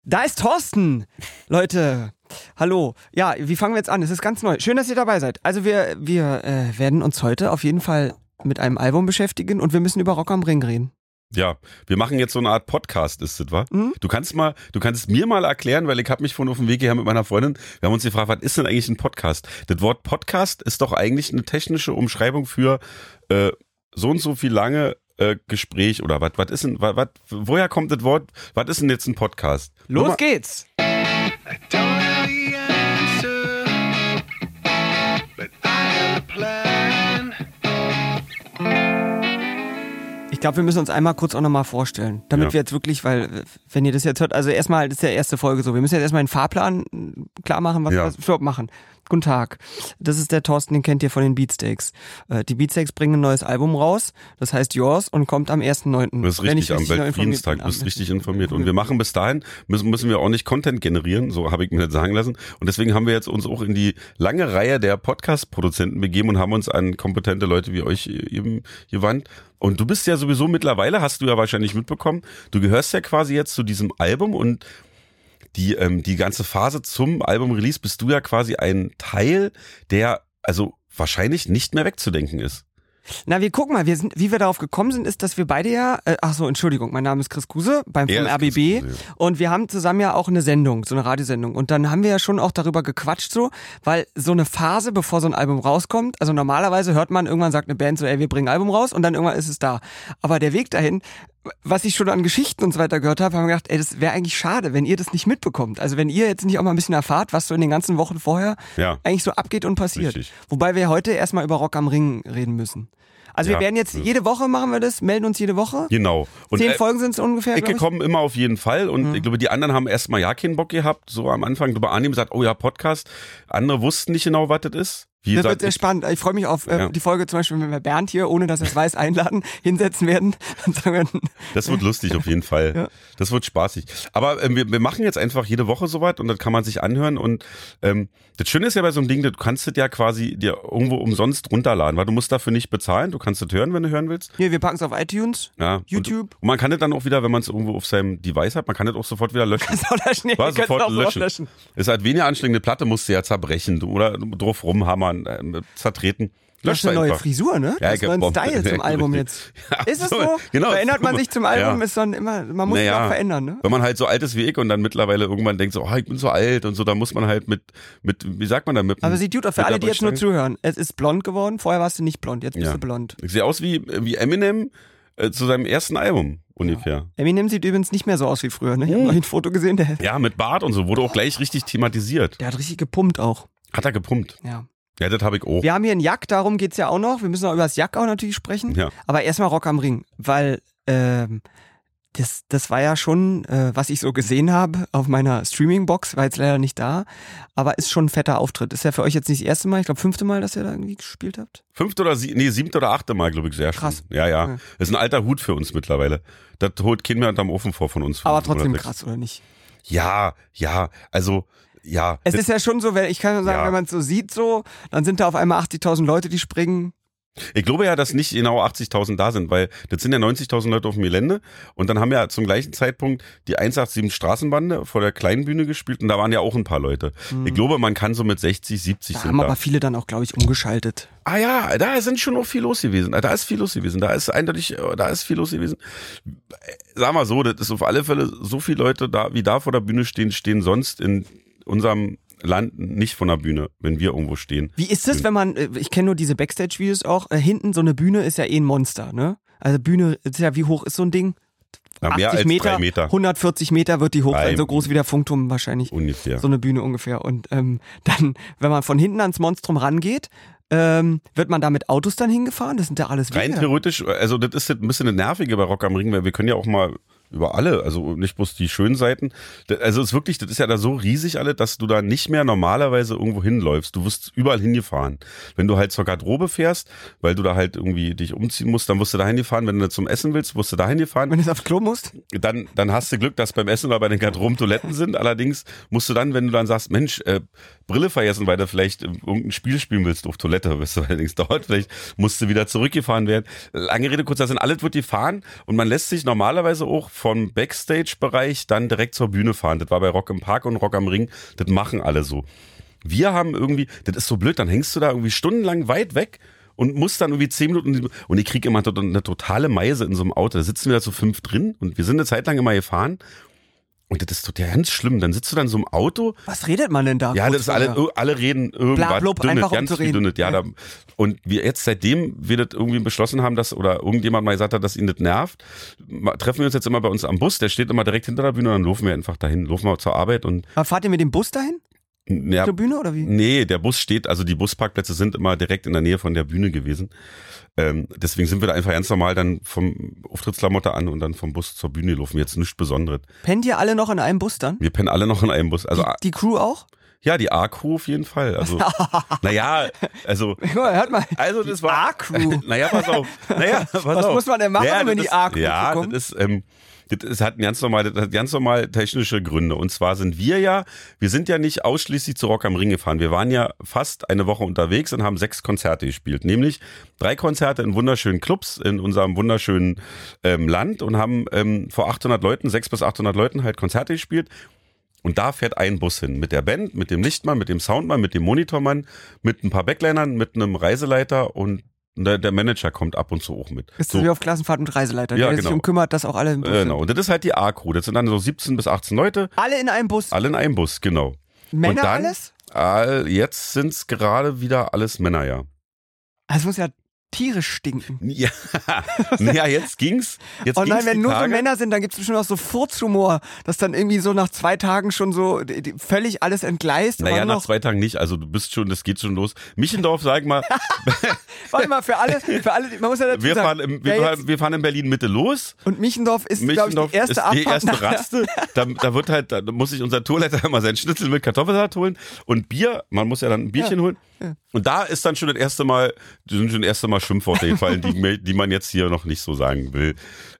Da ist Thorsten. Leute, hallo. Ja, wie fangen wir jetzt an? Es ist ganz neu. Schön, dass ihr dabei seid. Also wir werden uns heute auf jeden Fall mit einem Album beschäftigen und wir müssen über Rock am Ring reden. Ja, wir machen jetzt so eine Art Podcast, ist das, wa? Mhm. Du kannst es mir mal erklären, weil ich habe mich vorhin auf dem Weg gehabt mit meiner Freundin, wir haben uns gefragt, was ist denn eigentlich ein Podcast? Das Wort Podcast ist doch eigentlich eine technische Umschreibung für so und so viel lange Gespräch oder was ist denn, woher kommt das Wort, was ist denn jetzt ein Podcast? Los geht's! Ich glaube, wir müssen uns einmal kurz auch nochmal vorstellen, damit wir jetzt wirklich, weil, wenn ihr das jetzt hört, also erstmal, das ist ja erste Folge so, wir müssen jetzt erstmal einen Fahrplan klar machen, was wir überhaupt machen. Guten Tag, das ist der Thorsten, den kennt ihr von den Beatsteaks. Die Beatsteaks bringen ein neues Album raus, das heißt Yours und kommt am 1.9. Das ist richtig, am Weltfriedenstag, du bist richtig informiert. Und wir machen bis dahin, müssen wir auch nicht Content generieren, so habe ich mir das sagen lassen. Und deswegen haben wir jetzt uns auch in die lange Reihe der Podcast-Produzenten begeben und haben uns an kompetente Leute wie euch eben gewandt. Und du bist ja sowieso mittlerweile, hast du ja wahrscheinlich mitbekommen, du gehörst ja quasi jetzt zu diesem Album und die ganze Phase zum Album-Release bist du ja quasi ein Teil, der also wahrscheinlich nicht mehr wegzudenken ist. Na, wir gucken mal, wie wir darauf gekommen sind, ist, dass wir beide ja, Entschuldigung, mein Name ist Chris Kuse vom RBB und wir haben zusammen ja auch eine Sendung, so eine Radiosendung und dann haben wir ja schon auch darüber gequatscht so, weil so eine Phase, bevor so ein Album rauskommt, also normalerweise hört man, irgendwann sagt eine Band so, ey, wir bringen ein Album raus und dann irgendwann ist es da. Aber der Weg dahin, was ich schon an Geschichten und so weiter gehört habe, haben wir gedacht, ey, das wäre eigentlich schade, wenn ihr das nicht mitbekommt. Also wenn ihr jetzt nicht auch mal ein bisschen erfahrt, was so in den ganzen Wochen vorher eigentlich so abgeht und passiert. Richtig. Wobei wir heute erstmal über Rock am Ring reden müssen. Also wir werden jetzt, jede Woche machen wir das, melden uns jede Woche. Genau. Und 10 Folgen sind es ungefähr, Ich kommen immer auf jeden Fall und ich glaube, die anderen haben erstmal keinen Bock gehabt, so am Anfang. Ich glaube, Arnim sagt, oh ja, Podcast. Andere wussten nicht genau, was das ist. Das wird sehr spannend. Ich freue mich auf die Folge zum Beispiel, wenn wir Bernd hier, ohne dass er es weiß, einladen, hinsetzen werden. Das wird lustig auf jeden Fall. Ja. Das wird spaßig. Aber wir machen jetzt einfach jede Woche sowas und das kann man sich anhören. Und das Schöne ist ja bei so einem Ding, du kannst das ja quasi dir irgendwo umsonst runterladen, weil du musst dafür nicht bezahlen. Du kannst das hören, wenn du hören willst. Ja, wir packen es auf iTunes, YouTube. Und man kann das dann auch wieder, wenn man es irgendwo auf seinem Device hat, man kann das auch sofort wieder löschen. Sofort löschen. Ist halt weniger anstrengende Platte, musst du ja zerbrechen oder drauf rumhammern. Zertreten. Das ist eine neue Frisur, ne? Ja, das ist ein Style zum Album jetzt. Ja, ist es so? Genau. Verändert man sich zum Album, ist dann immer, man muss sich auch verändern, ne? Wenn man halt so alt ist wie ich und dann mittlerweile irgendwann denkt so, ich bin so alt und so, da muss man halt mit wie sagt man da, mit aber sieht gut aus für alle, die jetzt nur zuhören. Es ist blond geworden, vorher warst du nicht blond, jetzt bist du blond. Ich sehe aus wie Eminem zu seinem ersten Album ungefähr. Ja. Eminem sieht übrigens nicht mehr so aus wie früher, ne? Ich habe noch ein Foto gesehen, Ja, mit Bart und so, wurde auch gleich richtig thematisiert. Der hat richtig gepumpt auch. Hat er gepumpt? Ja. Ja, das habe ich auch. Wir haben hier einen Jack, darum geht's ja auch noch. Wir müssen auch über das Jack auch natürlich sprechen. Ja. Aber erstmal Rock am Ring, weil das war ja schon, was ich so gesehen habe auf meiner Streaming-Box, war jetzt leider nicht da, aber ist schon ein fetter Auftritt. Ist ja für euch jetzt nicht das erste Mal, ich glaube 5. Mal, dass ihr da irgendwie gespielt habt? 7. oder 8. Mal, glaube ich, sehr schön. Krass. Ja. Das ist ein alter Hut für uns mittlerweile. Das holt kein mehr unterm Ofen vor von uns. Aber trotzdem krass, oder nicht? Ja, also... Ja. Es ist ja schon so, ich kann nur sagen, wenn man es so sieht, dann sind da auf einmal 80.000 Leute, die springen. Ich glaube ja, dass nicht genau 80.000 da sind, weil das sind ja 90.000 Leute auf dem Gelände und dann haben ja zum gleichen Zeitpunkt die 187 Straßenbande vor der kleinen Bühne gespielt und da waren ja auch ein paar Leute. Ich glaube, man kann so mit 60, 70 da haben aber viele dann auch, glaube ich, umgeschaltet. Ah ja, da sind schon noch viel los gewesen. Da ist viel los gewesen. Da ist viel los gewesen. Sag mal so, das ist auf alle Fälle so viele Leute da, wie da vor der Bühne stehen sonst in unserem Land nicht von der Bühne, wenn wir irgendwo stehen. Wie ist es, wenn man, ich kenne nur diese Backstage-Videos auch, hinten so eine Bühne ist ja ein Monster, ne? Also Bühne ist ja, wie hoch ist so ein Ding? Ja, mehr 80 als Meter, 3 Meter. 140 Meter wird die hoch sein, so groß wie der Funkturm wahrscheinlich. Ungefähr. So eine Bühne ungefähr. Und dann, wenn man von hinten ans Monstrum rangeht, wird man da mit Autos dann hingefahren? Das sind ja alles Wege. Rein theoretisch, also das ist jetzt ein bisschen eine nervige bei Rock am Ring, weil wir können ja auch mal über alle, also nicht bloß die schönen Seiten. Also es ist wirklich, das ist ja da so riesig alle, dass du da nicht mehr normalerweise irgendwo hinläufst. Du wirst überall hingefahren. Wenn du halt zur Garderobe fährst, weil du da halt irgendwie dich umziehen musst, dann wirst du da hingefahren. Wenn du zum Essen willst, wirst du da hingefahren. Wenn du aufs Klo musst? Dann hast du Glück, dass beim Essen oder bei den Garderoben Toiletten sind. Allerdings musst du dann, wenn du dann sagst, Mensch, Brille vergessen, weil du vielleicht irgendein Spiel spielen willst auf Toilette, wirst du allerdings dauert, vielleicht musst du wieder zurückgefahren werden. Lange Rede, kurzer Sinn, alles wird gefahren und man lässt sich normalerweise auch vom Backstage-Bereich dann direkt zur Bühne fahren. Das war bei Rock im Park und Rock am Ring. Das machen alle so. Wir haben irgendwie, das ist so blöd, dann hängst du da irgendwie stundenlang weit weg und musst dann irgendwie 10 Minuten, und ich kriege immer eine totale Meise in so einem Auto. Da sitzen wir da so 5 drin und wir sind eine Zeit lang immer gefahren. Und das ist total ganz schlimm. Dann sitzt du dann in so einem Auto. Was redet man denn da? Ja, das ist alle reden irgendwas. Blablub, einfach ganz um zu viel reden. Dünnet. Ja. Und wir jetzt, seitdem wir das irgendwie beschlossen haben, oder irgendjemand mal gesagt hat, dass ihn das nervt, treffen wir uns jetzt immer bei uns am Bus. Der steht immer direkt hinter der Bühne und dann laufen wir einfach dahin. Laufen wir zur Arbeit und. Aber fahrt ihr mit dem Bus dahin? Ja, zur Bühne oder wie? Nee, der Bus steht, also die Busparkplätze sind immer direkt in der Nähe von der Bühne gewesen. Deswegen sind wir da einfach ganz normal dann vom Auftrittsklamotte an und dann vom Bus zur Bühne laufen. Jetzt nichts Besonderes. Pennt ihr alle noch in einem Bus dann? Wir pennen alle noch in einem Bus. Also die Crew auch? Ja, die A-Crew auf jeden Fall. Also, naja, also. Hört mal. Also, das war. A-Crew. Naja, pass auf. Was muss man denn machen, wenn die A-Crew kommt? Das hat ganz normal technische Gründe. Und zwar sind wir sind ja nicht ausschließlich zu Rock am Ring gefahren. Wir waren ja fast eine Woche unterwegs und haben 6 Konzerte gespielt. Nämlich 3 Konzerte in wunderschönen Clubs in unserem wunderschönen Land und haben vor 600 bis 800 Leuten halt Konzerte gespielt. Und da fährt ein Bus hin. Mit der Band, mit dem Lichtmann, mit dem Soundmann, mit dem Monitormann, mit ein paar Backlinern, mit einem Reiseleiter und der Manager kommt ab und zu auch mit. Ist so wie auf Klassenfahrt mit Reiseleiter, der sich kümmert, dass auch alle im Bus sind. Genau, und das ist halt die A-Crew. Das sind dann so 17 bis 18 Leute. Alle in einem Bus? Alle in einem Bus, genau. Männer und dann, alles? Jetzt sind es gerade wieder alles Männer, ja. Das muss ja tierisch stinken. Ja, jetzt ging's. Oh nein, wenn nur so Männer sind, dann gibt's bestimmt auch so Furzhumor, dass dann irgendwie so nach 2 Tagen schon so völlig alles entgleist. Naja, nach 2 Tagen nicht, also das geht schon los. Michendorf, sag mal. Warte mal, für alle, man muss ja dazu sagen. Wir fahren in Berlin Mitte los. Und Michendorf ist, glaube ich, die erste Abfahrt. Die erste Raste. Da muss sich unser Tourleiter immer seinen Schnitzel mit Kartoffelsalat holen und Bier. Man muss ja dann ein Bierchen holen. Ja. Und da ist dann schon das erste Mal Schimpfworte gefallen, die man jetzt hier noch nicht so sagen will.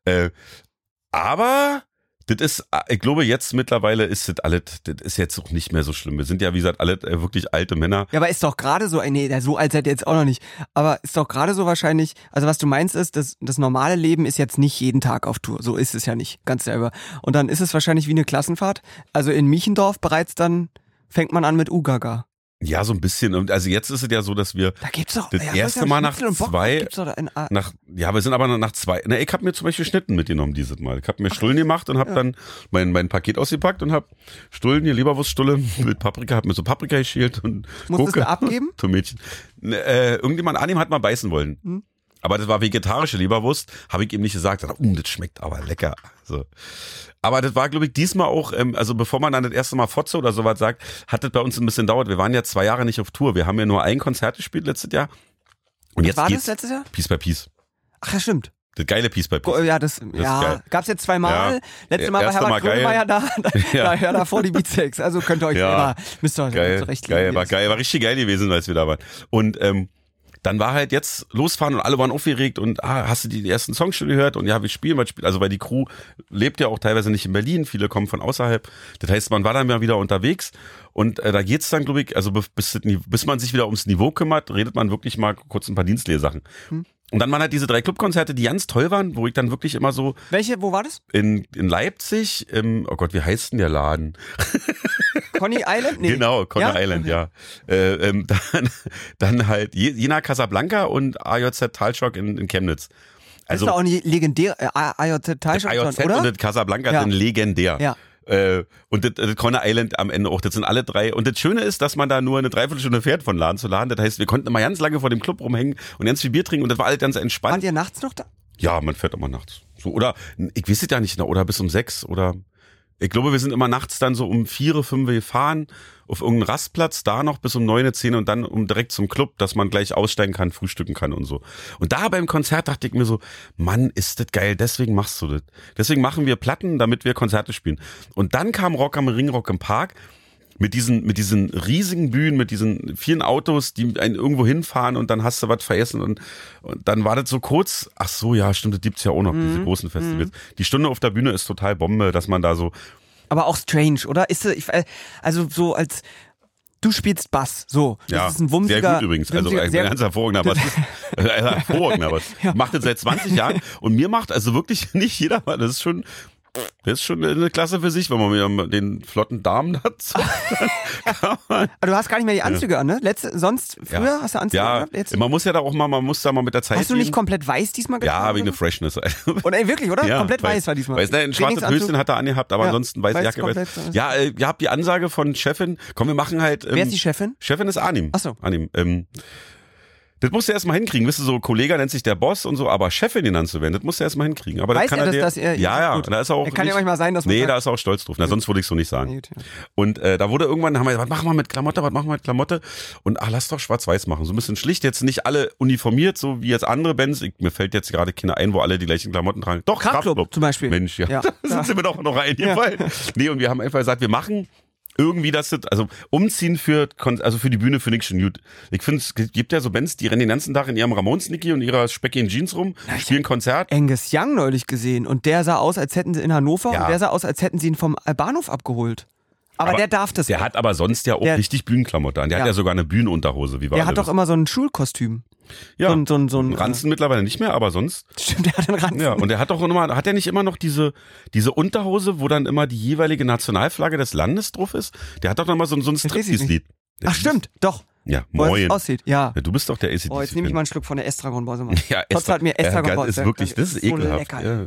Aber das ist, ich glaube, jetzt mittlerweile ist das alles, das ist jetzt auch nicht mehr so schlimm. Wir sind ja, wie gesagt, alle wirklich alte Männer. Ja, aber ist doch gerade so, nee, so alt seid ihr jetzt auch noch nicht, aber ist doch gerade so wahrscheinlich, also was du meinst ist, das normale Leben ist jetzt nicht jeden Tag auf Tour. So ist es ja nicht, ganz selber. Und dann ist es wahrscheinlich wie eine Klassenfahrt. Also in Michendorf bereits dann fängt man an mit Ugaga. Ja, so ein bisschen. Also jetzt ist es ja so, dass wir da gibt's doch, das erste Mal nach 2, wir sind aber nach 2, ich habe mir zum Beispiel Schnitten mitgenommen dieses Mal. Ich habe mir Stullen gemacht und habe dann mein Paket ausgepackt und habe Stullen, hier Leberwurststulle mit Paprika, habe mir so Paprika geschält und Musstest du abgeben? Tomätchen. Irgendjemand an ihm hat mal beißen wollen. Aber das war vegetarische Leberwurst, habe ich ihm nicht gesagt. Das schmeckt aber lecker. So. Aber das war, glaube ich, diesmal auch, also bevor man dann das erste Mal Fotze oder sowas sagt, hat das bei uns ein bisschen dauert. Wir waren ja 2 Jahre nicht auf Tour. Wir haben ja nur ein Konzert gespielt letztes Jahr. Und jetzt war geht's das letztes Jahr? Piece by Piece. Ach ja, stimmt. Das geile Piece by Piece. Ja, das gab's jetzt 2 Mal. Ja. Letztes Mal war Herbert Grönemeyer da. Ja, davor die Beatsex. Also könnt ihr euch müsst ihr euch zurechtlegen. War richtig geil gewesen, als wir da waren. Und dann war halt jetzt losfahren und alle waren aufgeregt und hast du die ersten Songs schon gehört und ja, wir spielen, also weil die Crew lebt ja auch teilweise nicht in Berlin, viele kommen von außerhalb. Das heißt, man war dann mal wieder unterwegs und da geht's dann, glaube ich, also bis man sich wieder ums Niveau kümmert, redet man wirklich mal kurz ein paar Dienstlehrsachen. Und dann waren halt diese 3 Clubkonzerte, die ganz toll waren, wo ich dann wirklich immer so... Welche, wo war das? In Leipzig, oh Gott, wie heißt denn der Laden? Coney Island? Nee. Genau, Coney Island, ja. Dann halt Jena Casablanca und AJZ Talschock in Chemnitz. Also, ist doch auch eine legendäre AJZ Talschock, oder? Und das Casablanca sind legendär. Ja. Und das Coney Island am Ende auch, das sind alle 3. Und das Schöne ist, dass man da nur eine Dreiviertelstunde fährt von Laden zu Laden. Das heißt, wir konnten immer ganz lange vor dem Club rumhängen und ganz viel Bier trinken und das war alles ganz entspannt. Wart ihr nachts noch da? Ja, man fährt immer nachts. So, oder, ich weiß es ja nicht, oder bis um 6 oder... Ich glaube, wir sind immer nachts dann so um 4, 5 gefahren, auf irgendeinen Rastplatz, da noch bis um 9, 10 und dann direkt zum Club, dass man gleich aussteigen kann, frühstücken kann und so. Und da beim Konzert dachte ich mir so, Mann, ist das geil, deswegen machst du das. Deswegen machen wir Platten, damit wir Konzerte spielen. Und dann kam Rock am Ring, Rock im Park. Mit diesen riesigen Bühnen, mit diesen vielen Autos, die einen irgendwo hinfahren und dann hast du was vergessen und dann war das so kurz, ach so, ja, stimmt, das gibt's ja auch noch, diese großen Festivals. Die Stunde auf der Bühne ist total Bombe, dass man da so... Aber auch strange, oder? Also so als... Du spielst Bass, so. Das ist ein wumsiger... Sehr gut übrigens, also ein ganz hervorragender Bass. Hervorragender Bass. Macht das seit 20 Jahren und mir macht also wirklich nicht jeder mal, das ist schon... Das ist schon eine Klasse für sich, wenn man wieder den flotten Darm hat. So, aber du hast gar nicht mehr die Anzüge an, ne? Sonst, früher hast du Anzüge gehabt? Jetzt? Man muss ja da auch mal, mit der Zeit Hast du nicht komplett weiß diesmal getragen? Ja, wegen der Freshness. Und wirklich, oder? Komplett weiß war diesmal. Weiß, ein schwarzes Höschen hat er angehabt, aber ansonsten weiße Jacke. Ja, ihr habt die Ansage von Chefin, komm, wir machen halt... Wer ist die Chefin? Chefin ist Arnim. Ach so. Arnim. Das musst du erstmal hinkriegen. Wisst du, so Kollege nennt sich der Boss und so, aber Chefin genannt zu werden, das musst du erstmal hinkriegen. Aber weiß das kann dass er... Ja, da ist er auch... Kann ja manchmal sein, dass man... Nee, da ist er auch stolz drauf. Na, sonst würde ich so nicht sagen. Gut, ja. Und da wurde irgendwann, haben wir gesagt, was machen wir mit Klamotte? Und lass doch schwarz-weiß machen. So ein bisschen schlicht, jetzt nicht alle uniformiert, so wie jetzt andere Bands. Mir fällt jetzt gerade keiner ein, wo alle die gleichen Klamotten tragen. Doch, Kraftklub zum Beispiel. Mensch, ja. Da sind wir doch noch eingefallen. Ja. Nee, und wir haben einfach gesagt, wir machen... irgendwie also umziehen für die Bühne finde ich schon gut. Ich finde, es gibt ja so Bands, die rennen den ganzen Tag in ihrem Ramones-Nicky und ihrer speckigen Jeans rum, spielen Konzert. Angus Young neulich gesehen und der sah aus, als hätten sie in Hannover und der sah aus, als hätten sie ihn vom Bahnhof abgeholt. Aber der darf das. Der hat aber sonst ja auch richtig Bühnenklamotte an. Der hat ja sogar eine Bühnenunterhose. Wie war der hat doch immer so ein Schulkostüm. Ja, so ein Ranzen mittlerweile nicht mehr, aber sonst. Stimmt, der hat einen Ranzen. Ja, und der hat doch immer, hat er nicht immer noch diese Unterhose, wo dann immer die jeweilige Nationalflagge des Landes drauf ist? Der hat doch noch mal so ein Striptease-Lied. Ach stimmt, doch. Ja, moin. Aussieht, ja. Du bist doch der ACDC. Oh, jetzt nehme ich mal einen Schluck von der Estragon Bausemann. Ja, hat mir Estragon das ist wirklich, das ist ekelhaft. Ja.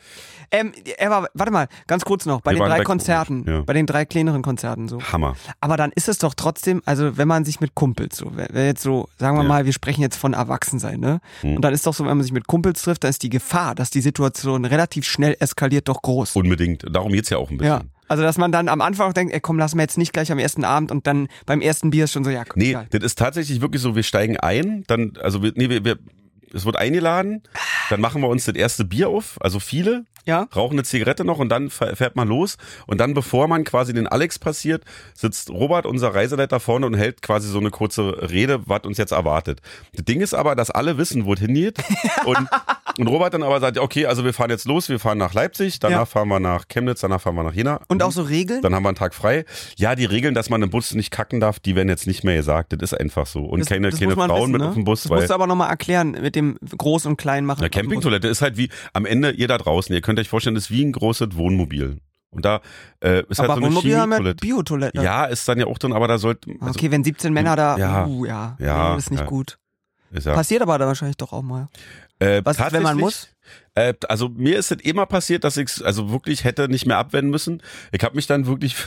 Aber warte mal, ganz kurz noch, bei den 3 Konzerten, bei den 3 kleineren Konzerten so. Hammer. Aber dann ist es doch trotzdem, also wenn man sich mit Kumpels so, wer jetzt so, sagen wir mal, wir sprechen jetzt von Erwachsensein, ne? Und dann ist doch so, wenn man sich mit Kumpels trifft, dann ist die Gefahr, dass die Situation relativ schnell eskaliert, doch groß. Unbedingt, darum geht's ja auch ein bisschen. Ja. Also, dass man dann am Anfang denkt, ey, komm, lass mir jetzt nicht gleich am ersten Abend und dann beim ersten Bier ist schon so, ja, komm. Nee, geil. Das ist tatsächlich wirklich so, wir steigen ein, dann, also es wird eingeladen, dann machen wir uns das erste Bier auf, also viele, rauchen eine Zigarette noch und dann fährt man los und dann, bevor man quasi den Alex passiert, sitzt Robert, unser Reiseleiter, vorne und hält quasi so eine kurze Rede, was uns jetzt erwartet. Das Ding ist aber, dass alle wissen, wo es hingeht und Robert dann aber sagt, okay, also wir fahren jetzt los, wir fahren nach Leipzig, danach fahren wir nach Chemnitz, danach fahren wir nach Jena. Und auch so Regeln? Dann haben wir einen Tag frei. Ja, die Regeln, dass man im Bus nicht kacken darf, die werden jetzt nicht mehr gesagt, das ist einfach so. Und keine Frauen wissen, mit auf dem Bus. Das musst du aber nochmal erklären mit dem Groß- und Kleinmachen. Eine Campingtoilette ist halt wie, am Ende, ihr da draußen, ihr könnt euch vorstellen, das ist wie ein großes Wohnmobil. Und da ist aber halt so eine Wohnmobil haben ja Biotoilette. Ja, ist dann ja auch drin, aber da sollte... Also, okay, wenn 17 Männer da... nee, ist nicht gut. Passiert aber da wahrscheinlich doch auch mal. Was ist, wenn man muss? Also mir ist es immer passiert, dass ich also wirklich hätte nicht mehr abwenden müssen. Ich habe mich dann wirklich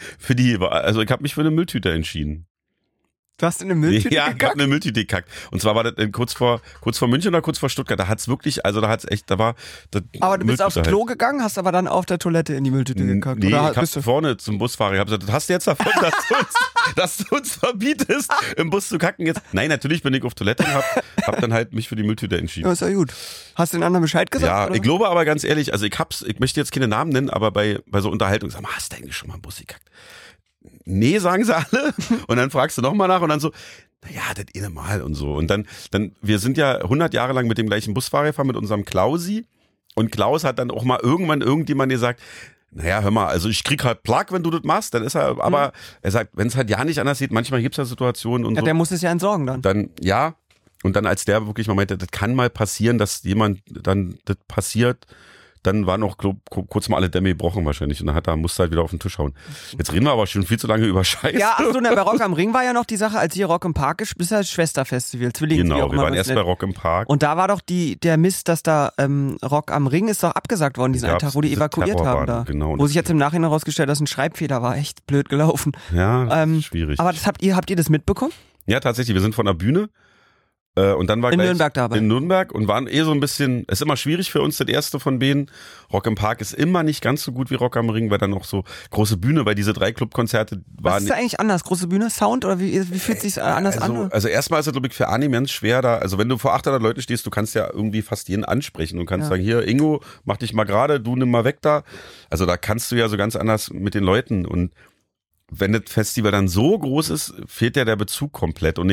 also ich habe mich für eine Mülltüte entschieden. Du hast in eine Mülltüte gekackt? Ja, ich habe eine Mülltüte gekackt. Und zwar war das kurz vor München oder kurz vor Stuttgart. Da hat's wirklich, also da hat's echt, da war... Aber du bist aufs Klo gegangen, hast aber dann auf der Toilette in die Mülltüte gekackt? Nee, oder ich hab vorne zum Busfahrer, ich hab gesagt, hast du jetzt davon, dass du uns verbietest, im Bus zu kacken jetzt? Nein, natürlich bin ich auf Toilette und hab dann halt mich für die Mülltüte entschieden. Ja, ist ja gut. Hast du den anderen Bescheid gesagt? Ja, oder? Ich glaube aber ganz ehrlich, also ich möchte jetzt keine Namen nennen, aber bei so Unterhaltung, sag mal, hast du eigentlich schon mal im Bus gekackt? Nee, sagen sie alle. Und dann fragst du nochmal nach und dann so, naja, das eine Mal und so. Und dann, wir sind ja 100 Jahre lang mit dem gleichen Busfahrer gefahren, mit unserem Klausi. Und Klaus hat dann auch mal irgendjemand gesagt, naja, hör mal, also ich krieg halt Plack, wenn du das machst. Dann ist er, aber er sagt, wenn es halt ja nicht anders sieht, manchmal gibt's ja Situationen und so. Der muss es ja entsorgen dann. Dann, ja. Und dann als der wirklich mal meinte, das kann mal passieren, dass jemand dann das passiert, dann waren auch kurz mal alle Dämme gebrochen wahrscheinlich und dann musste halt wieder auf den Tisch hauen. Jetzt reden wir aber schon viel zu lange über Scheiße. Ja, ach so, bei Rock am Ring war ja noch die Sache, als hier Rock im Park ist, ist ja das Schwesterfestival, Zwillinge. Genau, wir waren erst bei Rock im Park. Und da war doch der Mist, dass da Rock am Ring ist doch abgesagt worden, diesen einen Tag, wo die evakuiert haben da. Genau, wo sich jetzt im Nachhinein herausgestellt hat, dass ein Schreibfehler war, echt blöd gelaufen. Ja, schwierig. Aber habt ihr das mitbekommen? Ja, tatsächlich, wir sind von der Bühne. Und dann war in Nürnberg dabei. In Nürnberg und waren so ein bisschen, ist immer schwierig für uns, das erste von denen. Rock im Park ist immer nicht ganz so gut wie Rock am Ring, weil dann auch so große Bühne, weil diese 3 Clubkonzerte waren. Was ist da eigentlich anders? Große Bühne, Sound oder wie fühlt es sich anders an? Also erstmal ist es, glaube ich, für Arnim ganz schwer da, also wenn du vor 800 Leuten stehst, du kannst ja irgendwie fast jeden ansprechen und kannst sagen, hier Ingo, mach dich mal gerade, du nimm mal weg da. Also da kannst du ja so ganz anders mit den Leuten und wenn das Festival dann so groß ist, fehlt ja der Bezug komplett. Und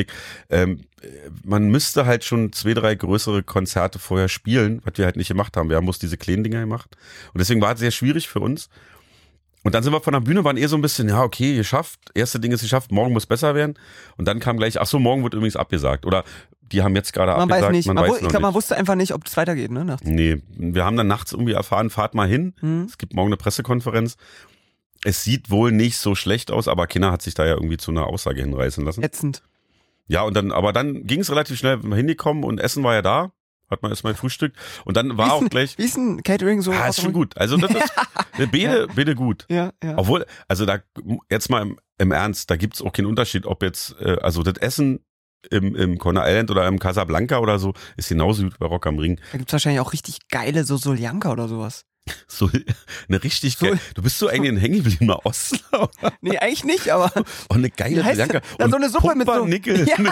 man müsste halt schon 2, 3 größere Konzerte vorher spielen, was wir halt nicht gemacht haben. Wir haben bloß diese kleinen Dinger gemacht. Und deswegen war es sehr schwierig für uns. Und dann sind wir von der Bühne, waren so ein bisschen, ja, okay, geschafft. Erste Ding ist geschafft, morgen muss besser werden. Und dann kam gleich, ach so, morgen wird übrigens abgesagt. Oder die haben jetzt gerade abgesagt. Weiß nicht. Man weiß ich glaube, man wusste einfach nicht, ob es weitergeht, ne? Nachts. Nee, wir haben dann nachts irgendwie erfahren, fahrt mal hin. Es gibt morgen eine Pressekonferenz. Es sieht wohl nicht so schlecht aus, aber Kinder hat sich da ja irgendwie zu einer Aussage hinreißen lassen. Ätzend. Ja, und dann ging es relativ schnell hingekommen und Essen war ja da. Hat man erstmal frühstückt. Und dann war auch gleich. Wie ist ein Catering so? Ist schon gut. Also das ist Bede gut. Ja. Obwohl, also da jetzt mal im Ernst, da gibt's auch keinen Unterschied, ob jetzt, also das Essen im Coney Island oder im Casablanca oder so ist genauso gut bei Rock am Ring. Da gibt's wahrscheinlich auch richtig geile so Soljanka oder sowas. So eine richtig geil. Du bist so eigentlich ein hängengebliebener Ostler, oder? Nee, eigentlich nicht, aber. Oh, eine geile Soljanka. Ja, so eine Suppe mit so. Pumpernickel. Ja.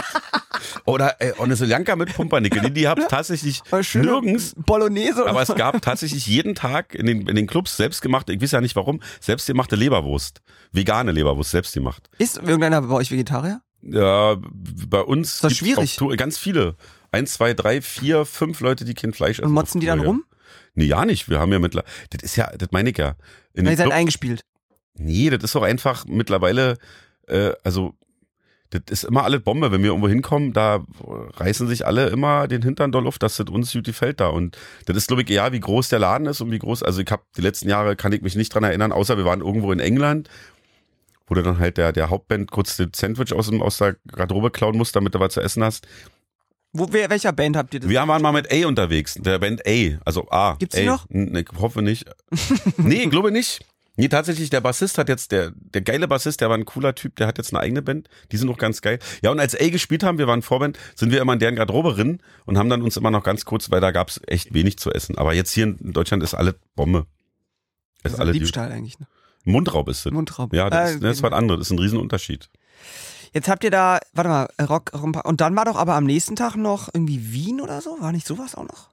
Oder eine Soljanka mit Pumpernickel. Die habt tatsächlich nirgends. Bolognese. Aber es gab tatsächlich jeden Tag in den Clubs selbstgemachte, ich weiß ja nicht warum, selbstgemachte Leberwurst. Vegane Leberwurst, selbstgemacht. Ist irgendeiner bei euch Vegetarier? Ja, bei uns. Ist das schwierig? Ganz viele. 1, 2, 3, 4, 5 Leute, die kein Fleisch essen. Und motzen die dann rum? Nee, ja nicht. Wir haben ja mittlerweile, das meine ich ja. Ihr seid eingespielt. Nee, das ist doch einfach mittlerweile, also, das ist immer alle Bombe. Wenn wir irgendwo hinkommen, da reißen sich alle immer den Hintern doll auf, dass das uns gut gefällt da. Und das ist, glaube ich, eher, wie groß der Laden ist und wie groß, also ich habe die letzten Jahre, kann ich mich nicht dran erinnern, außer wir waren irgendwo in England, wo du dann halt der Hauptband kurz das Sandwich aus der Garderobe klauen musst, damit du was zu essen hast. Welcher Band habt ihr das? Wir waren mal mit A unterwegs, der Band A, also A. Gibt's die noch? Ich hoffe nicht. Nee, ich glaube nicht. Nee, tatsächlich, der Bassist hat jetzt, der geile Bassist, der war ein cooler Typ, der hat jetzt eine eigene Band, die sind auch ganz geil. Ja, und als A gespielt haben, wir waren Vorband, sind wir immer in deren Garderobe rein und haben dann uns immer noch ganz kurz, weil da gab's echt wenig zu essen. Aber jetzt hier in Deutschland ist alles Bombe. Ist alles Diebstahl eigentlich, ne? Mundraub ist das. Mundraub. Ja, das ist was anderes, das ist ein Riesenunterschied. Jetzt habt ihr da, warte mal, Rock, und dann war doch aber am nächsten Tag noch irgendwie Wien oder so? War nicht sowas auch noch?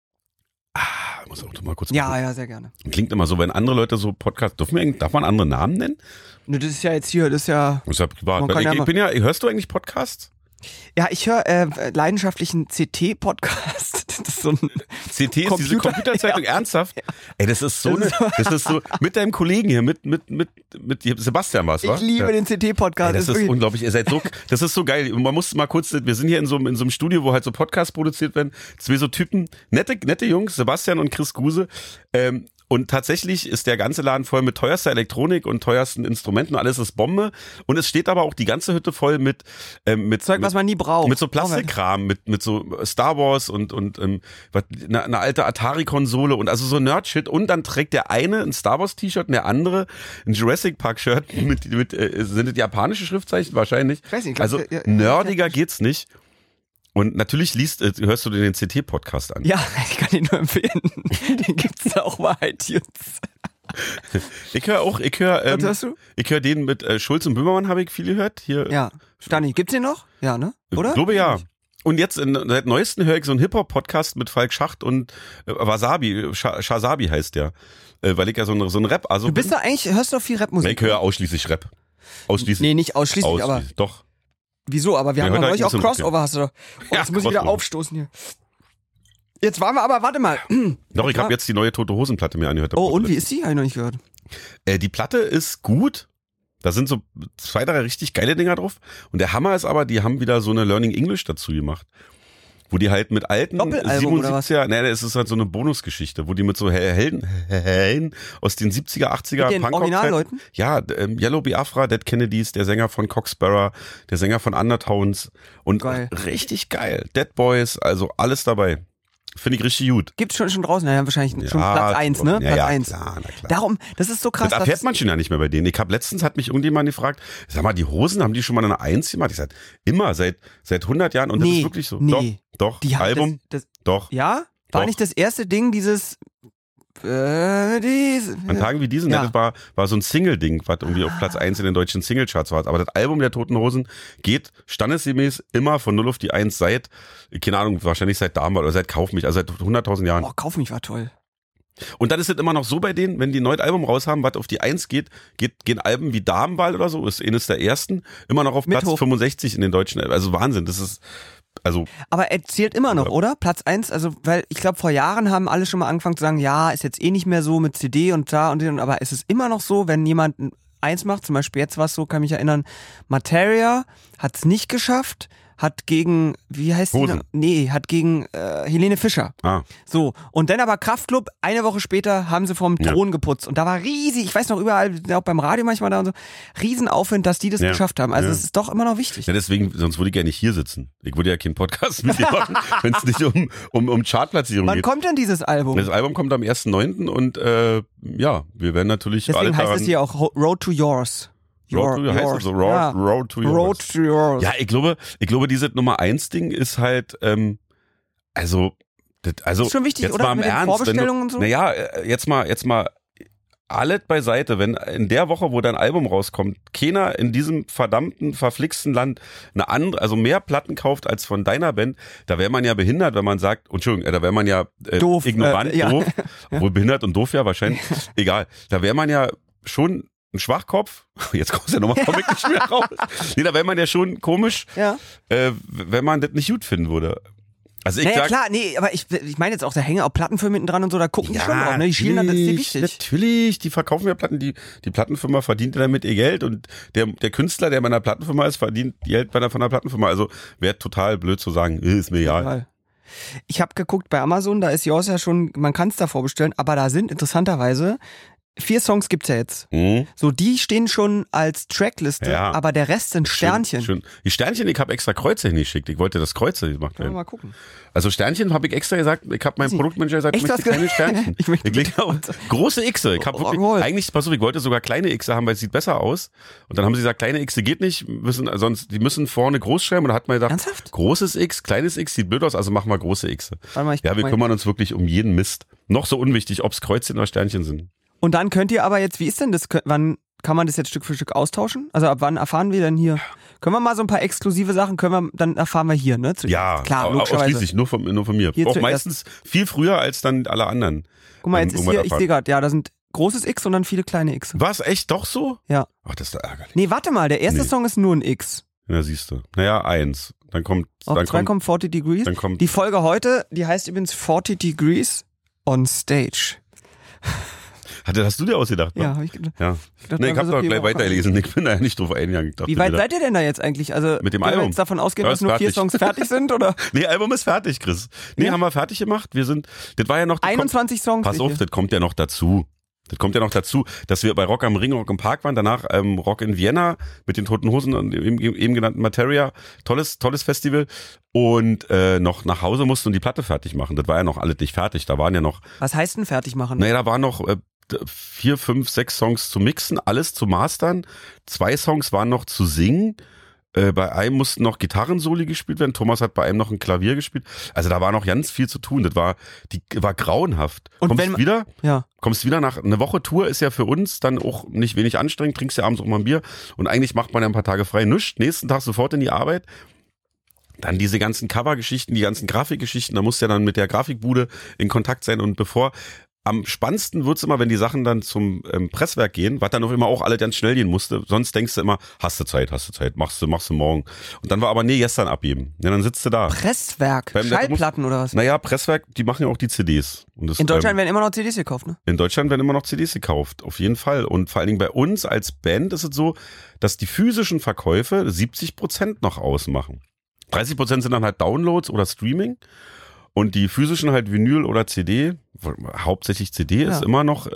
Ich muss auch mal kurz Ja, sehr gerne. Klingt immer so, wenn andere Leute so Podcasts, darf man andere Namen nennen? Ne, das ist ja jetzt hier, das ist ja privat. Hörst du eigentlich Podcasts? Ja, ich höre leidenschaftlichen CT-Podcast. Das ist so ein CT ist diese Computerzeitung, ja. Ernsthaft? Ja. Ey, das ist so mit deinem Kollegen hier, mit Sebastian was, wa? Ich liebe den CT-Podcast. Das ist unglaublich, ihr seid so, das ist so geil. Man muss mal kurz, wir sind hier in so einem Studio, wo halt so Podcasts produziert werden. Zwei so Typen, nette Jungs, Sebastian und Chris Guse, und tatsächlich ist der ganze Laden voll mit teuerster Elektronik und teuersten Instrumenten, alles ist Bombe. Und es steht aber auch die ganze Hütte voll mit Zeug, was man nie braucht. Mit so Plastikkram, mit so Star Wars und eine alte Atari-Konsole und also so Nerd-Shit. Und dann trägt der eine ein Star Wars-T-Shirt und der andere ein Jurassic Park-Shirt mit sind das japanische Schriftzeichen wahrscheinlich? Ich weiß nicht, also nerdiger geht's nicht. Und natürlich hörst du dir den CT-Podcast an. Ja, ich kann ihn nur empfehlen. Den gibt's auch bei iTunes. Ich höre Was hörst du? Ich höre den mit Schulz und Böhmermann, habe ich viel gehört. Hier. Ja, Stani, gibt's den noch? Ja, ne? Oder? Ich glaube ja. Und jetzt seit neuesten höre ich so einen Hip-Hop-Podcast mit Falk Schacht und Wasabi, Shazabi heißt der. Weil ich ja so ein Rap, also. Du bist doch eigentlich, hörst du doch viel Rapmusik? Ich höre ausschließlich Rap. Nee, nicht ausschließlich, aber. Doch. Wieso? Aber wir haben doch euch auch Crossover, hast du doch. Oh, jetzt muss ich wieder aufstoßen hier. Jetzt waren wir aber, warte mal. Doch, ich habe jetzt die neue Tote Hosen Platte mir angehört. Oh, und wie ist die? Habe ich noch nicht gehört. Die Platte ist gut. Da sind so 2, 3 richtig geile Dinger drauf. Und der Hammer ist aber, die haben wieder so eine Learning English dazu gemacht. Wo die halt mit alten 77er, es ist halt so eine Bonusgeschichte, wo die mit so Helden aus den 70er, 80er mit den Originalleuten? Ja, Yellow Biafra, Dead Kennedys, der Sänger von Coxsparrow, der Sänger von Undertones und geil. Richtig geil. Dead Boys, also alles dabei. Finde ich richtig gut. Gibt's schon draußen? Ja, wahrscheinlich schon Platz 1, ne? Ja, Platz 1. Klar, na klar. Darum, das ist so krass. Das erfährt man schon ja nicht mehr bei denen. Letztens hat mich irgendjemand gefragt, sag mal, die Hosen, haben die schon mal eine 1 gemacht? Ich sag, immer, seit 100 Jahren. Und das ist wirklich so. Nee. Doch, die Album. Doch. Ja? War doch. Nicht das erste Ding, dieses An Tagen wie diesen, das war so ein Single-Ding, was irgendwie auf Platz 1 in den deutschen Singlecharts war. Aber das Album der Toten Hosen geht standesgemäß immer von 0 auf die 1 seit, keine Ahnung, wahrscheinlich seit Damenwahl oder seit Kauf mich, also seit 100.000 Jahren. Oh, Kauf mich war toll. Und dann ist es immer noch so bei denen, wenn die ein neues Album raus haben, was auf die 1 gehen Alben wie Damenwahl oder so, ist eines der ersten, immer noch auf Platz 65 in den deutschen, also Wahnsinn, das ist, Also, aber er zählt immer noch, oder? Platz 1, also, weil ich glaube, vor Jahren haben alle schon mal angefangen zu sagen, ja, ist jetzt eh nicht mehr so mit CD und da und den, aber es ist immer noch so, wenn jemand eins macht, zum Beispiel jetzt war es so, kann mich erinnern, Materia hat es nicht geschafft, hat gegen, wie heißt die? Nee, hat gegen Helene Fischer. So, und dann aber Kraftklub, eine Woche später haben sie vom Thron geputzt und da war riesig, ich weiß noch überall, auch beim Radio manchmal da und so, Riesenaufwand, dass die das geschafft haben. Also es ist doch immer noch wichtig. Ja, deswegen, sonst würde ich ja nicht hier sitzen. Ich würde ja keinen Podcast mit dir machen, wenn es nicht um Chartplatzierung geht. Wann kommt denn dieses Album? Das Album kommt am 1.9. und wir werden natürlich deswegen alle heißt es hier auch Road to Yours. Road to Yours. Ja, ich glaube, dieses Nummer 1 Ding ist halt, also ist schon wichtig, jetzt oder? mal im mit den Ernst, Vorbestellungen und so? Naja, jetzt mal alles beiseite, wenn in der Woche, wo dein Album rauskommt, keiner in diesem verdammten, verflixten Land eine andere, also mehr Platten kauft als von deiner Band, da wäre man ja behindert, wenn man sagt, Entschuldigung, da wäre man ja doof, ignorant, doof, obwohl behindert und doof ja wahrscheinlich, egal, da wäre man ja schon ein Schwachkopf, jetzt kommt ja nochmal Comic nicht mehr raus. Nee, da wäre man ja schon komisch, wenn man das nicht gut finden würde. Also ich sag, klar, aber ich meine jetzt auch, da hängen auch Plattenfirmen hinten dran und so, da gucken die schon drauf, ne? Die schielen dann, das ist dir wichtig. Natürlich, die verkaufen ja Platten, die Plattenfirma verdient damit ihr Geld und der Künstler, der bei einer Plattenfirma ist, verdient Geld von einer Plattenfirma. Also wäre total blöd zu sagen, ist mir egal. Ich habe geguckt bei Amazon, da ist Yours ja schon, man kann es da vorbestellen, aber da sind interessanterweise 4 Songs gibt's ja jetzt. So, die stehen schon als Trackliste, aber der Rest sind Sternchen. Schön. Die Sternchen, ich habe extra Kreuze hingeschickt. Ich wollte das Kreuze gemacht werden. Mal gucken. Also Sternchen habe ich extra gesagt, ich habe meinem Produktmanager gesagt, ich möchte keine Sternchen. ich lege auch große Xe. Ich habe wirklich, eigentlich, pass auf, ich wollte sogar kleine Xe haben, weil es sieht besser aus. Und dann haben sie gesagt, kleine Xe geht nicht, die müssen vorne groß schreiben. Und da hat man gesagt, ernsthaft? Großes X, kleines X sieht blöd aus, also machen wir große Xe. Ja, wir kümmern uns wirklich um jeden Mist. Noch so unwichtig, ob es Kreuzchen oder Sternchen sind. Und dann könnt ihr aber jetzt, wie ist denn das, wann kann man das jetzt Stück für Stück austauschen? Also ab wann erfahren wir denn hier? Können wir mal so ein paar exklusive Sachen, dann erfahren wir hier, ne? Ja, klar, ausschließlich, nur von mir. Hier auch meistens viel früher als dann alle anderen. Guck mal, jetzt ist hier, ich sehe gerade, da sind großes X und dann viele kleine X. Was, echt doch so? Ja. Ach, das ist doch ärgerlich. Nee, warte mal, der erste Song ist nur ein X. Ja, siehst du. Naja, 1. Dann kommt... Auf 2 kommt 40 Degrees. Dann kommt die Folge heute, die heißt übrigens 40 Degrees on Stage. Hast du dir ausgedacht? Ne? Ja, habe ich gedacht. Ja. Ich habe doch gleich weitergelesen. Ich bin da ja nicht drauf eingegangen. Wie weit seid ihr denn da jetzt eigentlich? Also, mit dem Album? Wir jetzt davon ausgehen, dass nur 4 Songs fertig sind, oder? Nee, Album ist fertig, Chris. Nee, haben wir fertig gemacht. Das war ja noch... 21 Songs. Pass auf, das kommt ja noch dazu. Dass wir bei Rock am Ring, Rock im Park waren, danach Rock in Vienna mit den Toten Hosen und eben genannten Materia, tolles Festival und noch nach Hause mussten und die Platte fertig machen. Das war ja noch alles nicht fertig, da waren ja noch... Was heißt denn fertig machen? Naja, da waren noch 4, 5, 6 Songs zu mixen, alles zu mastern, 2 Songs waren noch zu singen. Bei einem mussten noch Gitarrensoli gespielt werden. Thomas hat bei einem noch ein Klavier gespielt. Also da war noch ganz viel zu tun. Das war grauenhaft. Und kommst wieder nach einer Woche Tour, ist ja für uns dann auch nicht wenig anstrengend. Trinkst ja abends auch mal ein Bier. Und eigentlich macht man ja ein paar Tage frei. Nichts. Nächsten Tag sofort in die Arbeit. Dann diese ganzen Covergeschichten, die ganzen Grafikgeschichten. Da musst du ja dann mit der Grafikbude in Kontakt sein. Und am spannendsten wird's immer, wenn die Sachen dann zum Presswerk gehen, was dann auf immer auch alle ganz schnell gehen musste. Sonst denkst du immer, hast du Zeit, machst du morgen. Und dann war aber, gestern abgeben. Ja, dann sitzt du da. Presswerk? Schallplatten oder was? Naja, Presswerk, die machen ja auch die CDs. Und das, in Deutschland werden immer noch CDs gekauft, ne? In Deutschland werden immer noch CDs gekauft, auf jeden Fall. Und vor allen Dingen bei uns als Band ist es so, dass die physischen Verkäufe 70% noch ausmachen. 30% sind dann halt Downloads oder Streaming. Und die physischen halt Vinyl oder CD, hauptsächlich CD ist immer noch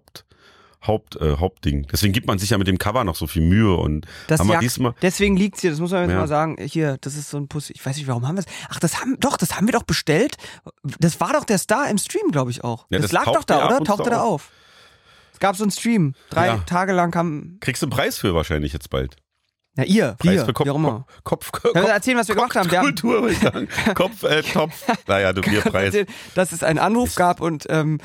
Hauptding. Deswegen gibt man sich ja mit dem Cover noch so viel Mühe und das haben wir diesmal. Deswegen liegt's hier, das muss man jetzt mal sagen. Hier, das ist so ein Pussy. Ich weiß nicht, warum haben wir es. Ach, das haben wir doch bestellt. Das war doch der Star im Stream, glaube ich auch. Ja, das lag doch da, oder? Tauchte da auf. Es gab so einen Stream. 3 Tage lang kam. Kriegst du einen Preis für wahrscheinlich jetzt bald. Ja, ihr, für Kopf, wie auch immer. Kopf, erzählen, was wir gemacht haben. Kultur, würde ich sagen. Topf. Naja, du Bierpreis. Dass es einen Anruf gab und und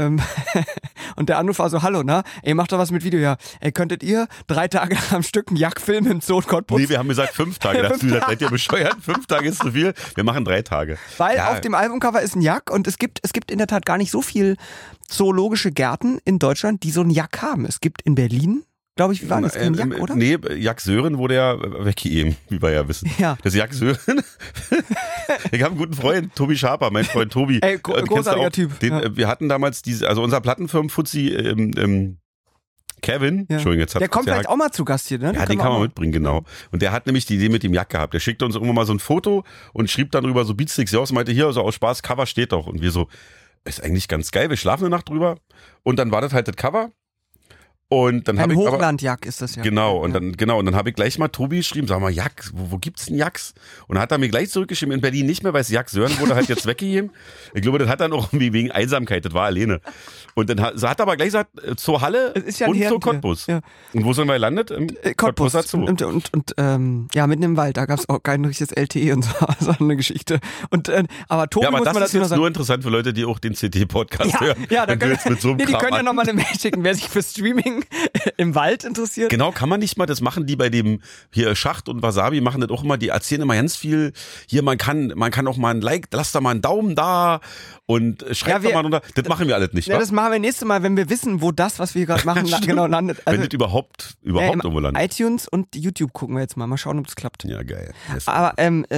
der Anruf war so, hallo, na? Ey, macht doch was mit Video, ja. Ey, könntet ihr 3 Tage am Stück einen Jagdfilm im Zoo Cottbus? Nee, wir haben gesagt 5 Tage. Da hast du gesagt, seid ihr bescheuert? 5 Tage ist zu viel. Wir machen 3 Tage. Weil auf dem Albumcover ist ein Jack und es gibt in der Tat gar nicht so viel zoologische Gärten in Deutschland, die so einen Jack haben. Es gibt in Berlin glaube ich, wie war das? Jack, oder? Nee, Jack Sören wurde ja weggegeben, wie wir ja wissen. Ja. Das Jack Sören. Ich habe einen guten Freund, Tobi Schaper, mein Freund Tobi. Ey, großartiger Typ. Wir hatten damals also unser Plattenfirmen-Fuzzi, Kevin, ja. Entschuldigung, jetzt hat der kommt vielleicht auch mal zu Gast hier, ne? Ja, den kann man mitbringen, genau. Und der hat nämlich die Idee mit dem Jack gehabt. Der schickte uns irgendwann mal so ein Foto und schrieb dann drüber so Beatsticks aus und meinte, hier, so aus Spaß, Cover steht doch. Und wir so, ist eigentlich ganz geil, wir schlafen eine Nacht drüber. Und dann war das halt das Cover. Und dann habe ich Hochlandjack ist das ja. Genau, und dann habe ich gleich mal Tobi geschrieben, sag mal, Jack, wo gibt's denn Jacks? Und dann hat er mir gleich zurückgeschrieben, in Berlin nicht mehr, weil es Jack Sören wurde halt jetzt weggegeben. Ich glaube, das hat dann auch irgendwie wegen Einsamkeit, das war alleine. Und dann hat er aber gleich gesagt, zur Halle ja und zur Cottbus. Ja. Und wo sind wir gelandet? Im Cottbus dazu. Und mitten im Wald, da gab's auch kein richtiges LTE und so, so eine Geschichte. Und aber Tobi muss man das ist jetzt nur interessant für Leute, die auch den CT-Podcast hören. Ja, da können die können ja nochmal eine Mail schicken, wer sich für Streaming im Wald interessiert. Genau, kann man nicht mal, das machen die bei dem hier Schacht und Wasabi machen das auch immer, die erzählen immer ganz viel, hier man kann auch mal ein Like, lass da mal einen Daumen da und schreibt da mal runter, das machen wir alles nicht, Ja, das machen wir nächstes Mal, wenn wir wissen, wo das, was wir gerade machen, genau landet. Also, wenn das überhaupt irgendwo landet. iTunes und YouTube gucken wir jetzt mal schauen, ob es klappt. Ja, geil. Aber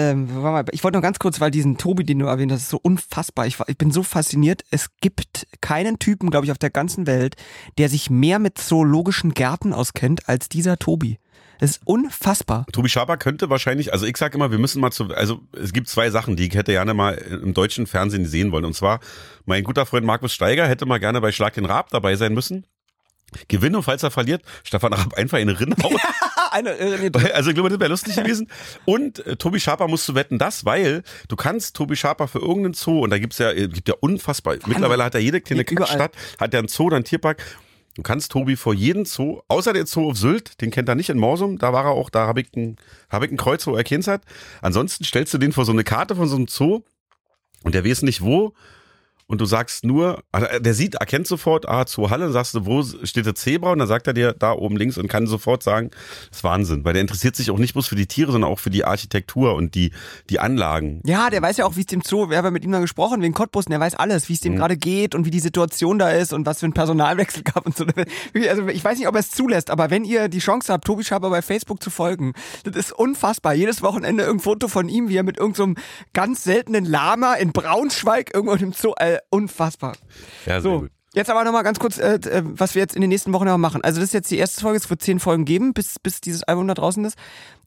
ich wollte noch ganz kurz, weil diesen Tobi, den du erwähnt hast, ist so unfassbar. Ich bin so fasziniert. Es gibt keinen Typen, glaube ich, auf der ganzen Welt, der sich mehr mit zoologischen Gärten auskennt als dieser Tobi. Das ist unfassbar. Tobi Schaper könnte wahrscheinlich, also ich sag immer, wir müssen mal also es gibt zwei Sachen, die ich hätte gerne mal im deutschen Fernsehen sehen wollen. Und zwar, mein guter Freund Markus Steiger hätte mal gerne bei Schlag den Raab dabei sein müssen. Gewinnen und falls er verliert, Stefan Raab einfach in eine Rinne hauen. Also ich glaube, das wäre lustig gewesen. Und Tobi Schaper musst du wetten, weil du kannst Tobi Schaper für irgendeinen Zoo, und da gibt ja unfassbar, mittlerweile hat er jede kleine Stadt, hat er einen Zoo oder einen Tierpark. Du kannst Tobi vor jedem Zoo, außer der Zoo auf Sylt, den kennt er nicht in Morsum, da war er auch, da habe ich ein Kreuz, wo er kennt hat. Ansonsten stellst du den vor so eine Karte von so einem Zoo und der weiß nicht wo. Und du sagst nur, der erkennt sofort, Zoo Halle, dann sagst du, wo steht der Zebra? Und dann sagt er dir da oben links und kann sofort sagen, das ist Wahnsinn, weil der interessiert sich auch nicht bloß für die Tiere, sondern auch für die Architektur und die Anlagen. Ja, der weiß ja auch, wie es dem Zoo, wir haben mit ihm dann gesprochen, wegen Cottbus, und der weiß alles, wie es dem gerade geht und wie die Situation da ist und was für ein Personalwechsel gab und so. Also ich weiß nicht, ob er es zulässt, aber wenn ihr die Chance habt, Tobi Schaper bei Facebook zu folgen, das ist unfassbar. Jedes Wochenende irgendein Foto von ihm, wie er mit irgendeinem so ganz seltenen Lama in Braunschweig irgendwo im Zoo, unfassbar. Ja, so. Gut. Jetzt aber nochmal ganz kurz, was wir jetzt in den nächsten Wochen noch machen. Also das ist jetzt die erste Folge, es wird 10 Folgen geben, bis dieses Album da draußen ist.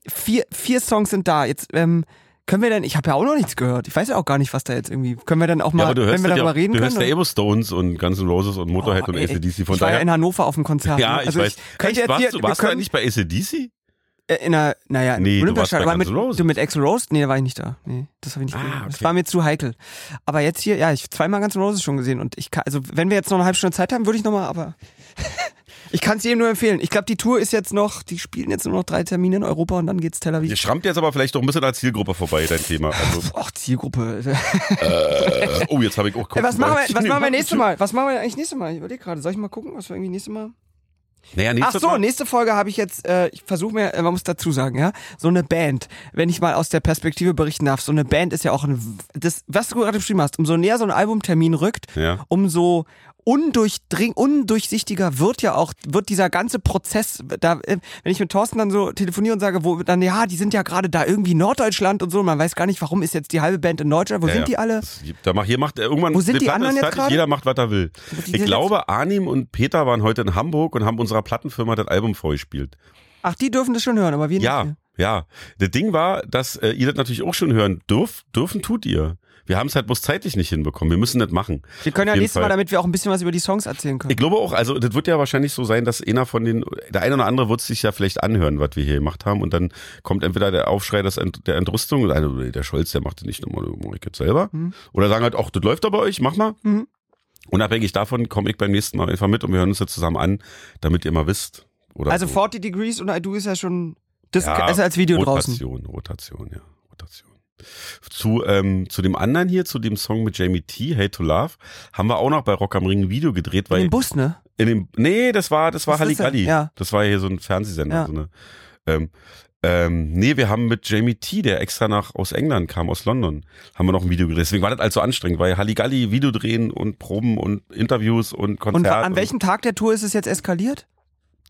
4 Songs sind da. Jetzt können wir denn, ich habe ja auch noch nichts gehört. Ich weiß ja auch gar nicht, was da jetzt irgendwie, können wir dann auch mal, wenn wir darüber reden können? Du hörst ja immer Stones und Guns N' Roses und Motorhead und AC/DC. Von ich war ja in Hannover auf dem Konzert. Ja, ich weiß. Warst du eigentlich bei AC/DC? Olympiastadt, aber mit Axl Rose? Nee, da war ich nicht da. Nee, das habe ich nicht gesehen. Okay. Das war mir zu heikel. Aber jetzt hier, ja, ich habe 2-mal Guns N' Roses schon gesehen und wenn wir jetzt noch eine halbe Stunde Zeit haben, würde ich nochmal, aber ich kann es jedem nur empfehlen. Ich glaube, die Tour ist jetzt noch, die spielen jetzt nur noch 3 Termine in Europa und dann geht's Tel Aviv. Ihr schrammt jetzt aber vielleicht doch ein bisschen als Zielgruppe vorbei, dein Thema. Also. Ach, Zielgruppe. Jetzt habe ich auch was machen wir nächstes Mal? Was machen wir eigentlich nächstes Mal? Ich überlege gerade, soll ich mal gucken, was wir irgendwie nächstes Mal... Naja, nächste Folge habe ich jetzt, ich versuche mir, man muss dazu sagen, ja, so eine Band, wenn ich mal aus der Perspektive berichten darf, so eine Band ist ja auch was du gerade beschrieben hast, umso näher so ein Albumtermin rückt, umso undurchsichtiger wird dieser ganze Prozess, da, wenn ich mit Thorsten dann so telefoniere und sage, die sind ja gerade da irgendwie in Norddeutschland und so, man weiß gar nicht, warum ist jetzt die halbe Band in Deutschland, wo sind die alle? Hier macht irgendwann, wo sind die anderen jetzt gerade? Jeder macht, was er will. Ich glaube, Arnim und Peter waren heute in Hamburg und haben unserer Plattenfirma das Album vorgespielt. Ach, die dürfen das schon hören, aber wir nicht. Ja. Das Ding war, dass ihr das natürlich auch schon hören dürfen tut ihr. Wir haben es halt bloß zeitlich nicht hinbekommen. Wir müssen das machen. Wir können ja nächstes Mal, damit wir auch ein bisschen was über die Songs erzählen können. Ich glaube auch, also das wird ja wahrscheinlich so sein, dass der eine oder andere wird sich ja vielleicht anhören, was wir hier gemacht haben und dann kommt entweder der Aufschrei der Entrüstung, also der Scholz, der macht das nicht nochmal, ich jetzt selber. Oder sagen halt, ach, das läuft doch bei euch, mach mal. Unabhängig davon komme ich beim nächsten Mal einfach mit und wir hören uns jetzt zusammen an, damit ihr mal wisst. Oder also so. 40 Degrees und I Do ist ja schon, das ist als Video draußen. Rotation. Zu dem anderen hier, zu dem Song mit Jamie T, Hate to Love, haben wir auch noch bei Rock am Ring ein Video gedreht. In dem Bus, ne? Nee, das war Halligalli. Ja. Das war hier so ein Fernsehsender. Ja. Wir haben mit Jamie T, der extra aus England kam, aus London, haben wir noch ein Video gedreht. Deswegen war das allzu anstrengend, weil Halligalli, Video drehen und Proben und Interviews und Konzerte. Und an welchem Tag der Tour ist es jetzt eskaliert?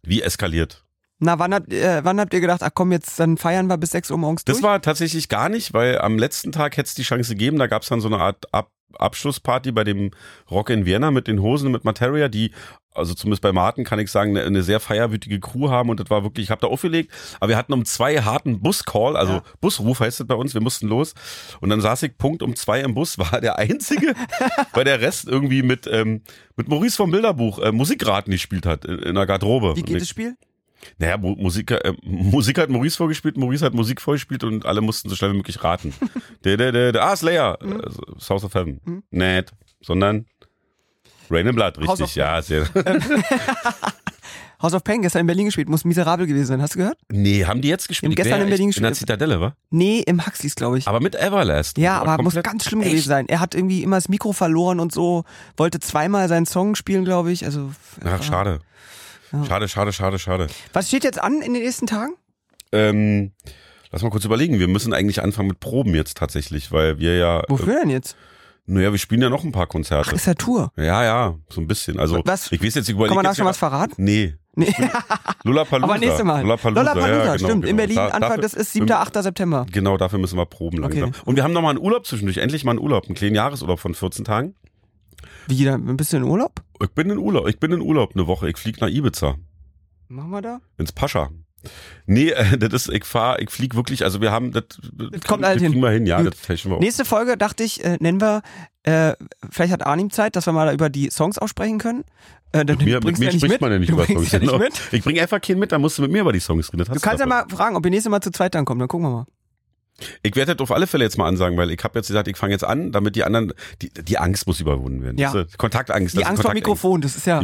Wie eskaliert? Na, wann habt ihr gedacht, ach komm, jetzt dann feiern wir bis 6 Uhr morgens durch? Das war tatsächlich gar nicht, weil am letzten Tag hätte es die Chance gegeben, da gab es dann so eine Art Abschlussparty bei dem Rock in Vienna mit den Hosen und mit Materia, die, also zumindest bei Martin kann ich sagen, eine sehr feierwütige Crew haben und das war wirklich, ich habe da aufgelegt, aber wir hatten um 2 harten Buscall, also Busruf heißt das bei uns, wir mussten los und dann saß ich Punkt um 2 im Bus, war der Einzige, weil der Rest irgendwie mit Maurice vom Bilderbuch Musikraten gespielt hat in der Garderobe. Wie geht das Spiel? Naja, Musik hat Maurice vorgespielt, Maurice hat Musik vorgespielt und alle mussten so schnell wie möglich raten. Slayer, South of Heaven. Nicht, sondern Rain and Blood, richtig, ja. Sehr. House of Pain, gestern in Berlin gespielt, muss miserabel gewesen sein, hast du gehört? Nee, haben die jetzt gespielt? Gestern in Berlin gespielt. In der Zitadelle, wa? Nee, im Huxleys, glaube ich. Aber mit Everlast. Ja, aber muss ganz schlimm gewesen sein. Er hat irgendwie immer das Mikro verloren und so, wollte zweimal seinen Song spielen, glaube ich. Also, ach, schade. Ja. Schade. Was steht jetzt an in den nächsten Tagen? Lass mal kurz überlegen. Wir müssen eigentlich anfangen mit Proben jetzt tatsächlich, weil wir ja... Wofür denn jetzt? Naja, wir spielen ja noch ein paar Konzerte. Ach, ist ja Tour? Ja, so ein bisschen. Also, was? Ich weiß jetzt, kann man da schon was verraten? Nee. Lollapalooza. Aber nächstes Mal. Lollapalooza, ja, stimmt. Genau. In Berlin, Anfang, das ist 7., 8. September. Genau, dafür müssen wir proben langsam. Okay. Und wir haben nochmal einen Urlaub zwischendurch. Endlich mal einen Urlaub. Einen kleinen Jahresurlaub von 14 Tagen. Wie, ein bisschen in Urlaub? Ich bin in Urlaub eine Woche. Ich fliege nach Ibiza. Machen wir da? Ins Pascha. Nee, ich fliege wirklich, also wir haben, das kommt halt hin. Kriegen wir hin, ja, das fälschen wir auf. Nächste Folge, dachte ich, nennen wir, vielleicht hat Arnim Zeit, dass wir mal über die Songs aussprechen können. Mit mir spricht man ja nicht über Songs. Genau. Ich bringe einfach keinen mit, dann musst du mit mir über die Songs reden. Du kannst ja mal fragen, ob wir nächstes Mal zu zweit dann kommen, dann gucken wir mal. Ich werde das auf alle Fälle jetzt mal ansagen, weil ich habe jetzt gesagt, ich fange jetzt an, damit die anderen, die Angst muss überwunden werden. Ja. Kontaktangst. Die Angst vor Mikrofon, das ist ja... Die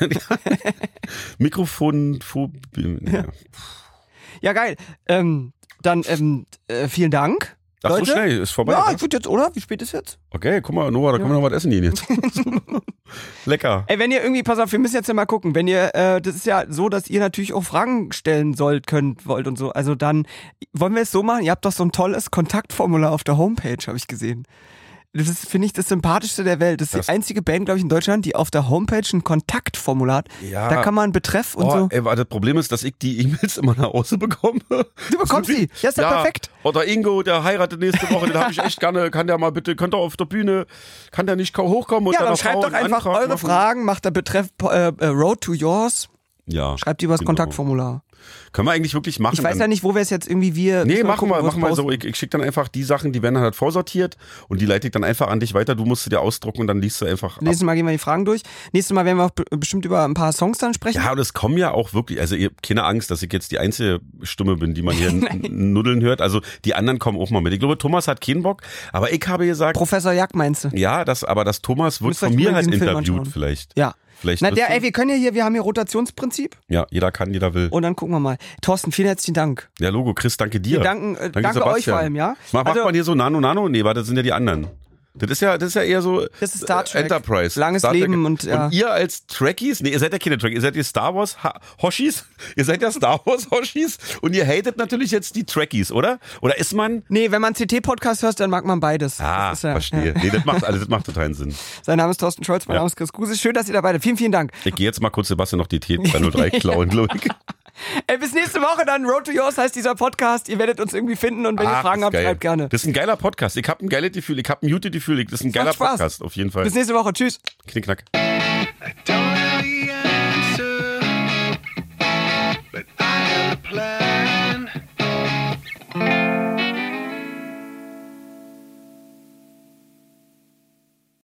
Mikrofonphobie. Ja, geil. Dann vielen Dank. Ach, Leute. So schnell, ist vorbei. Ja, ich würde jetzt, oder? Wie spät ist jetzt? Okay, guck mal, Nora, da können wir noch was essen gehen jetzt. Lecker. Ey, wenn ihr irgendwie, pass auf, wir müssen jetzt ja mal gucken, wenn ihr, das ist ja so, dass ihr natürlich auch Fragen stellen wollt und so, also dann, wollen wir es so machen, ihr habt doch so ein tolles Kontaktformular auf der Homepage, habe ich gesehen. Das ist, finde ich, das Sympathischste der Welt. Das ist die einzige Band, glaube ich, in Deutschland, die auf der Homepage ein Kontaktformular hat. Ja. Da kann man Betreff und so. Ey, das Problem ist, dass ich die E-Mails immer nach Hause bekomme. Du bekommst die? Ja, ist ja perfekt. Oder Ingo, der heiratet nächste Woche, den habe ich echt gerne. Kann der mal bitte, könnt ihr auf der Bühne, kann der nicht hochkommen? Und ja, dann schreibt doch einfach eure Fragen, macht der Betreff Road to Yours. Ja. Schreibt die über das Kontaktformular. Können wir eigentlich wirklich machen. Ich weiß ja nicht, wo wir es jetzt irgendwie Nee, machen wir so. Ich schicke dann einfach die Sachen, die werden dann halt vorsortiert und die leite ich dann einfach an dich weiter. Du musst sie dir ausdrucken und dann liest du einfach. Nächstes Mal gehen wir die Fragen durch. Nächstes Mal werden wir auch bestimmt über ein paar Songs dann sprechen. Ja, und es kommen ja auch wirklich, also ihr habt keine Angst, dass ich jetzt die einzige Stimme bin, die man hier nuddeln hört. Also die anderen kommen auch mal mit. Ich glaube, Thomas hat keinen Bock, aber ich habe gesagt. Professor Jack meinst du? Ja, aber das Thomas wird von mir halt interviewt vielleicht. Ja. Na, wir können ja hier, wir haben hier Rotationsprinzip. Ja, jeder kann, jeder will. Und dann gucken wir mal. Thorsten, vielen herzlichen Dank. Ja, Logo, Chris, danke dir. Danke euch vor allem, ja. Macht man hier so Nano? Nee, warte, das sind ja die anderen. Das ist ja eher so das ist Star Trek. Enterprise. Langes Star Leben und ja. Und ihr als Trekkies, nee, ihr seid ja keine Trekkies, ihr seid die Star Wars Hoshis. Ihr seid ja Star Wars Hoshis und ihr hatet natürlich jetzt die Trekkies, oder? Oder ist man... Nee, wenn man CT-Podcast hört, dann mag man beides. Ah, verstehe. Ja. Nee, das macht totalen Sinn. Sein Name ist Thorsten Scholz, mein Name ist Chris Kruse. Schön, dass ihr dabei seid. Vielen, vielen Dank. Ich gehe jetzt mal kurz Sebastian noch die T303 klauen, glaube ich. Ey, bis nächste Woche dann. Road to Yours heißt dieser Podcast. Ihr werdet uns irgendwie finden und wenn ihr Fragen habt, schreibt gerne. Das ist ein geiler Podcast. Ich habe ein geiles Gefühl. Ich habe ein gutes Gefühl. Das ist ein geiler Podcast, auf jeden Fall. Bis nächste Woche. Tschüss. Knickknack.